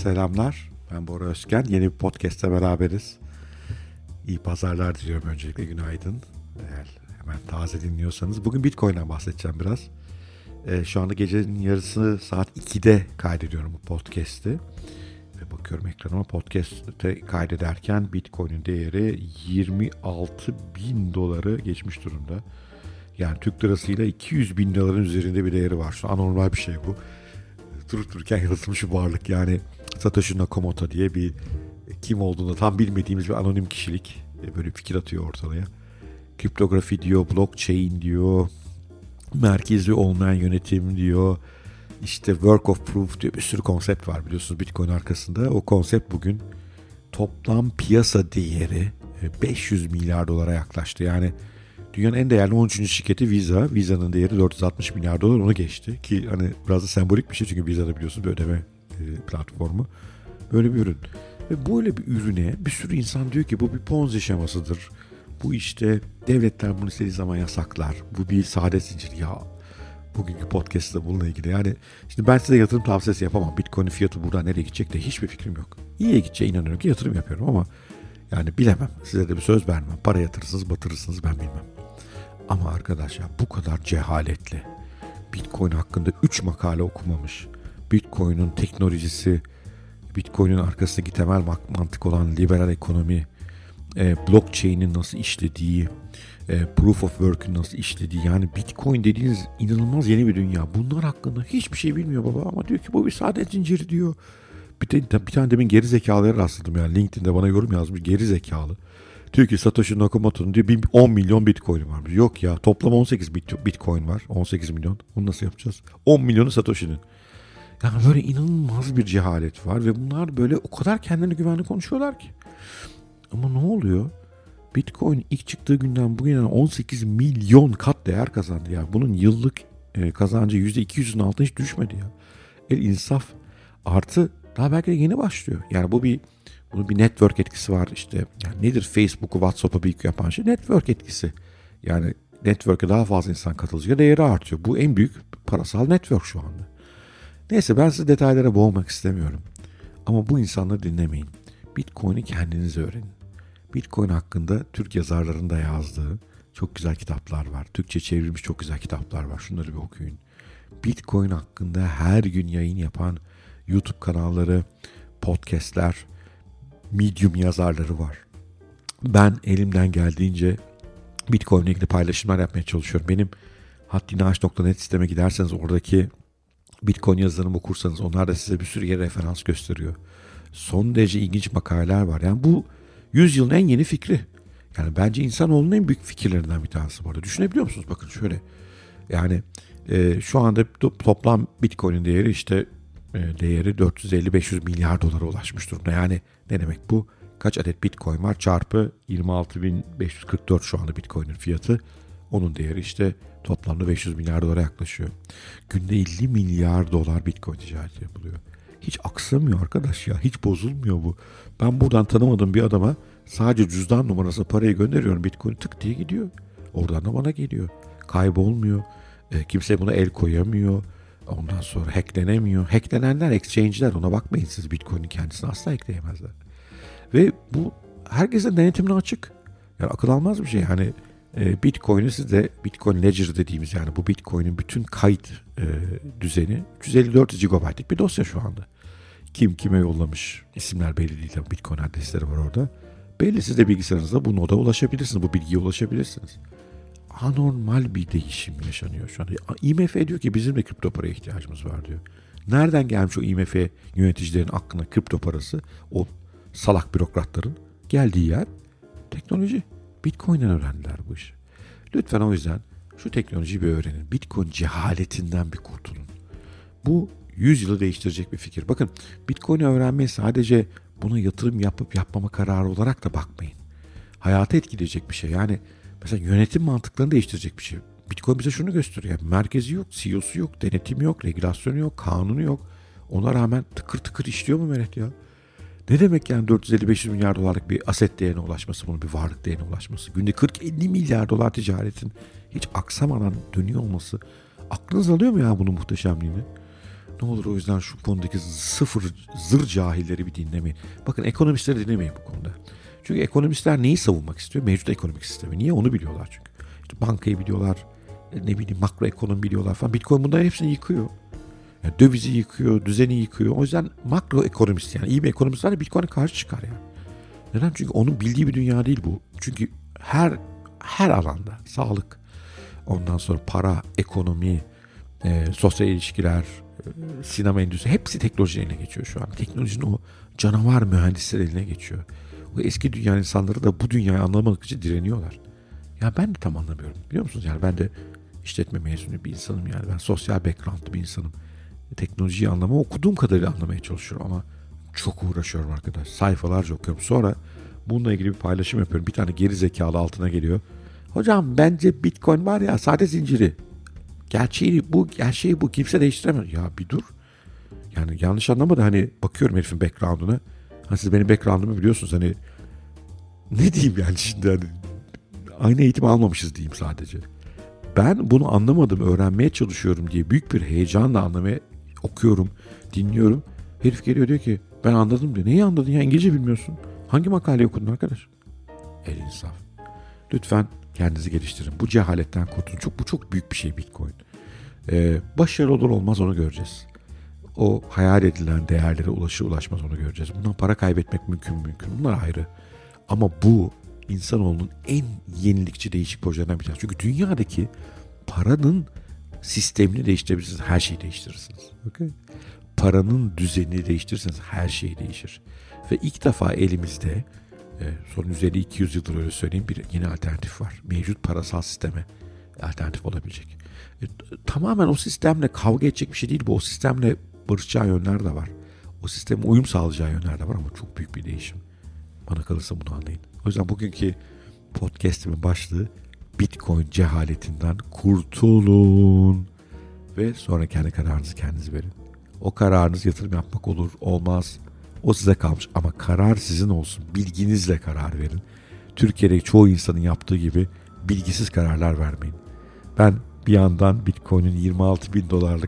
selamlar. Ben Bora Özken. Yeni bir podcast'te beraberiz. İyi pazarlar diliyorum öncelikle. Günaydın. Eğer hemen taze dinliyorsanız. Bugün Bitcoin'den bahsedeceğim biraz. Şu anda gecenin yarısı saat 2'de kaydediyorum bu podcast'i. Ve bakıyorum ekranıma, podcast'te kaydederken Bitcoin'in değeri 26 bin doları geçmiş durumda. Yani Türk lirasıyla 200 bin doların üzerinde bir değeri var. Şu anormal bir şey bu. Durup dururken yaratılmış bir varlık. Yani Satoshi Nakamoto diye bir kim olduğunu tam bilmediğimiz bir anonim kişilik böyle fikir atıyor ortaya. Kriptografi diyor, blockchain diyor, merkezli olmayan yönetim diyor. İşte work of proof diyor, bir sürü konsept var biliyorsunuz Bitcoin arkasında. O konsept bugün toplam piyasa değeri 500 milyar dolara yaklaştı. Yani dünyanın en değerli 13. şirketi Visa. Visa'nın değeri 460 milyar dolar, onu geçti. Ki hani biraz da sembolik bir şey çünkü Visa'da biliyorsunuz bir ödeme platformu. Böyle bir ürün. Ve böyle bir ürüne bir sürü insan diyor ki bu bir Ponzi şemasıdır. Bu işte devletler bunu istediği zaman yasaklar. Bu bir saadet zinciri. Ya bugünkü podcast'ta bununla ilgili. Yani şimdi ben size yatırım tavsiyesi yapamam. Bitcoin'in fiyatı buradan nereye gidecek de hiçbir fikrim yok. İyiye gideceğine inanıyorum ki yatırım yapıyorum ama yani bilemem. Size de bir söz vermem. Para yatırırsınız, batırırsınız, ben bilmem. Ama arkadaşlar bu kadar cehaletle Bitcoin hakkında 3 makale okumamış, Bitcoin'in teknolojisi, Bitcoin'in arkasındaki temel mantık olan liberal ekonomi, blockchain'in nasıl işlediği, proof of work'ün nasıl işlediği, yani Bitcoin dediğiniz inanılmaz yeni bir dünya. Bunlar hakkında hiçbir şey bilmiyor baba ama diyor ki bu bir saadet zinciri diyor. Bir tane demin geri zekalıya rastladım yani LinkedIn'de bana yorum yazmış, geri zekalı. Diyor ki Satoshi Nakamoto'nun diyor 10 milyon Bitcoin var. Yok ya, toplam 18 Bitcoin var. 18 milyon. Bunu nasıl yapacağız? 10 milyonu Satoshi'nin. Yani böyle inanılmaz bir cehalet var ve bunlar böyle o kadar kendine güvenli konuşuyorlar ki. Ama ne oluyor? Bitcoin ilk çıktığı günden bugüne 18 milyon kat değer kazandı ya. Bunun yıllık kazancı %200'ün altına hiç düşmedi ya. El insaf. Artı daha belki de yeni başlıyor. Yani bunun bir network etkisi var işte. Yani nedir Facebook'u, WhatsApp'ı büyük yapan şey? Network etkisi. Yani network'e daha fazla insan katılınca değeri artıyor. Bu en büyük parasal network şu anda. Neyse, ben size detaylara boğmak istemiyorum. Ama bu insanları dinlemeyin. Bitcoin'i kendiniz öğrenin. Bitcoin hakkında Türk yazarların da yazdığı çok güzel kitaplar var. Türkçe çevrilmiş çok güzel kitaplar var. Şunları bir okuyun. Bitcoin hakkında her gün yayın yapan YouTube kanalları, podcastler, Medium yazarları var. Ben elimden geldiğince Bitcoin ile ilgili paylaşımlar yapmaya çalışıyorum. Benim haddinaş.net siteme giderseniz oradaki Bitcoin yazılarımı okursanız onlar da size bir sürü yere referans gösteriyor. Son derece ilginç makaleler var. Yani bu 100 yılın en yeni fikri. Yani bence insanoğlunun en büyük fikirlerinden bir tanesi bu arada. Düşünebiliyor musunuz? Bakın şöyle. Yani şu anda toplam Bitcoin'in değeri değeri 450-500 milyar dolara ulaşmış durumda. Yani ne demek bu? Kaç adet Bitcoin var? Çarpı 26.544 şu anda Bitcoin'in fiyatı. Onun değeri toplamda 500 milyar dolara yaklaşıyor. Günde 50 milyar dolar Bitcoin ticareti yapılıyor. Hiç aksamıyor arkadaş ya. Hiç bozulmuyor bu. Ben buradan tanımadığım bir adama sadece cüzdan numarası parayı gönderiyorum. Bitcoin tık diye gidiyor. Oradan da bana geliyor. Kaybolmuyor. Kimse buna el koyamıyor. Ondan sonra hacklenemiyor. Hacklenenler exchange'ler, ona bakmayın siz. Bitcoin'in kendisini asla hackleyemezler. Ve bu herkesin denetimine açık. Yani akıl almaz bir şey. Yani Bitcoin'i siz de Bitcoin Ledger dediğimiz, yani bu Bitcoin'in bütün kayıt düzeni 354 GB'lık bir dosya şu anda. Kim kime yollamış, isimler belli değil. Bitcoin adresleri var orada. Belli, siz de bilgisayarınızda bu noda ulaşabilirsiniz. Bu bilgiye ulaşabilirsiniz. Anormal bir değişim yaşanıyor şu anda. IMF diyor ki bizim de kripto paraya ihtiyacımız var diyor. Nereden gelmiş o IMF yöneticilerin aklına kripto parası? O salak bürokratların geldiği yer teknoloji. Bitcoin'den öğrendiler bu işi. Lütfen o yüzden şu teknolojiyi bir öğrenin. Bitcoin cehaletinden bir kurtulun. Bu 100 yılı değiştirecek bir fikir. Bakın, Bitcoin'i öğrenmeye sadece buna yatırım yapıp yapmama kararı olarak da bakmayın. Hayatı etkileyecek bir şey. Yani mesela yönetim mantıklarını değiştirecek bir şey. Bitcoin bize şunu gösteriyor. Yani merkezi yok, CEO'su yok, denetimi yok, regülasyonu yok, kanunu yok. Ona rağmen tıkır tıkır işliyor mu Meret ya? Ne demek yani 450-500 milyar dolarlık bir aset değerine ulaşması, bunun bir varlık değerine ulaşması. Günde 40-50 milyar dolar ticaretin hiç aksamadan dönüyor olması. Aklınız alıyor mu ya bunun muhteşemliğini? Ne olur o yüzden şu konudaki zır cahilleri bir dinlemeyin. Bakın ekonomistleri dinlemeyin bu konuda. Çünkü ekonomistler neyi savunmak istiyor? Mevcut ekonomik sistemi. Niye? Onu biliyorlar çünkü. İşte bankayı biliyorlar. Ne bileyim makro ekonomi biliyorlar falan. Bitcoin bunların hepsini yıkıyor. Yani dövizi yıkıyor, düzeni yıkıyor. O yüzden makro ekonomist yani iyi bir ekonomistler de Bitcoin'e karşı çıkar yani. Neden? Çünkü onun bildiği bir dünya değil bu. Çünkü her alanda sağlık, ondan sonra para, ekonomi, sosyal ilişkiler, sinema endüstrisi hepsi teknolojinin eline geçiyor şu an. Teknolojinin o canavar mühendisler eline geçiyor. O eski dünya insanları da bu dünyayı anlamadık için direniyorlar. Ya ben de tam anlamıyorum. Biliyor musunuz? Yani ben de işletme mezunu bir insanım yani. Ben sosyal backgroundlı bir insanım. Teknolojiyi okuduğum kadarıyla anlamaya çalışıyorum ama çok uğraşıyorum arkadaş. Sayfalarca okuyorum. Sonra bununla ilgili bir paylaşım yapıyorum. Bir tane geri zekalı altına geliyor. Hocam bence Bitcoin var ya sade zinciri. Gerçeği bu. Kimse değiştiremez. Ya bir dur. Yani yanlış anlamadı. Hani bakıyorum herifin background'una. Hani siz benim background'umu biliyorsunuz. Hani ne diyeyim yani şimdi hani aynı eğitim almamışız diyeyim sadece. Ben bunu anlamadım, öğrenmeye çalışıyorum diye büyük bir heyecanla okuyorum, dinliyorum. Herif geliyor diyor ki ben anladım diyor. Neyi anladın ya? İngilizce bilmiyorsun. Hangi makaleyi okudun arkadaş? El insaf. Lütfen kendinizi geliştirin. Bu cehaletten kurtulun. Bu çok büyük bir şey Bitcoin. Başarılı olur olmaz onu göreceğiz. O hayal edilen değerlere ulaşmaz onu göreceğiz. Bundan para kaybetmek mümkün. Bunlar ayrı. Ama bu insanoğlunun en yenilikçi değişik projelerinden bir tanesi. Çünkü dünyadaki paranın sistemini değiştirebilirsiniz. Her şeyi değiştirirsiniz. Okay? Paranın düzenini değiştirirseniz her şey değişir. Ve ilk defa elimizde son 150-200 yıldır öyle söyleyeyim bir yeni alternatif var. Mevcut parasal sisteme alternatif olabilecek. Tamamen o sistemle kavga edecek bir şey değil bu. O sistemle barışacağı yönler de var. O sisteme uyum sağlayacağı yönler de var ama çok büyük bir değişim. Bana kalırsa bunu anlayın. O yüzden bugünkü podcast'imin başlığı Bitcoin cehaletinden kurtulun. Ve sonra kendi kararınızı kendiniz verin. O kararınız yatırım yapmak olur, olmaz. O size kalmış ama karar sizin olsun. Bilginizle karar verin. Türkiye'de çoğu insanın yaptığı gibi bilgisiz kararlar vermeyin. Ben bir yandan Bitcoin'in 26 bin dolarlık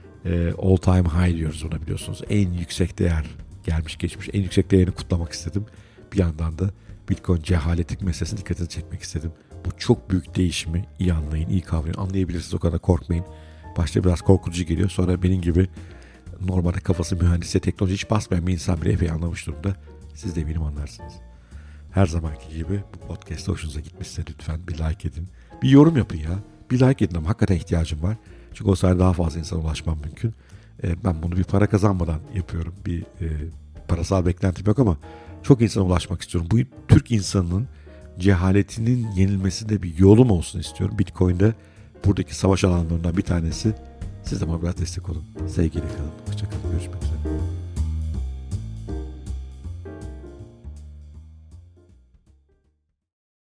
all time high diyoruz ona biliyorsunuz. En yüksek değer gelmiş geçmiş en yüksek değerini kutlamak istedim. Bir yandan da Bitcoin cehaletik meselesine dikkatini çekmek istedim. Bu çok büyük değişimi iyi anlayın, iyi kavrayın. Anlayabilirsiniz o kadar korkmayın. Başta biraz korkutucu geliyor. Sonra benim gibi normalde kafası mühendisliğe teknoloji hiç basmayan bir insan bile epey anlamış durumda. Siz de eminim anlarsınız. Her zamanki gibi bu podcast'ta hoşunuza gitmişse lütfen bir like edin. Bir yorum yapın ya. Bir like edin ama hakikaten ihtiyacım var. Çünkü o sayede daha fazla insana ulaşmam mümkün. Ben bunu bir para kazanmadan yapıyorum. Bir parasal beklentim yok ama çok insana ulaşmak istiyorum. Bu Türk insanının cehaletinin yenilmesinde bir yolum olsun istiyorum. Bitcoin'de buradaki savaş alanlarından bir tanesi. Siz de bana biraz destek olun. Sevgiyle kalın. Hoşça kalın. Görüşmek üzere.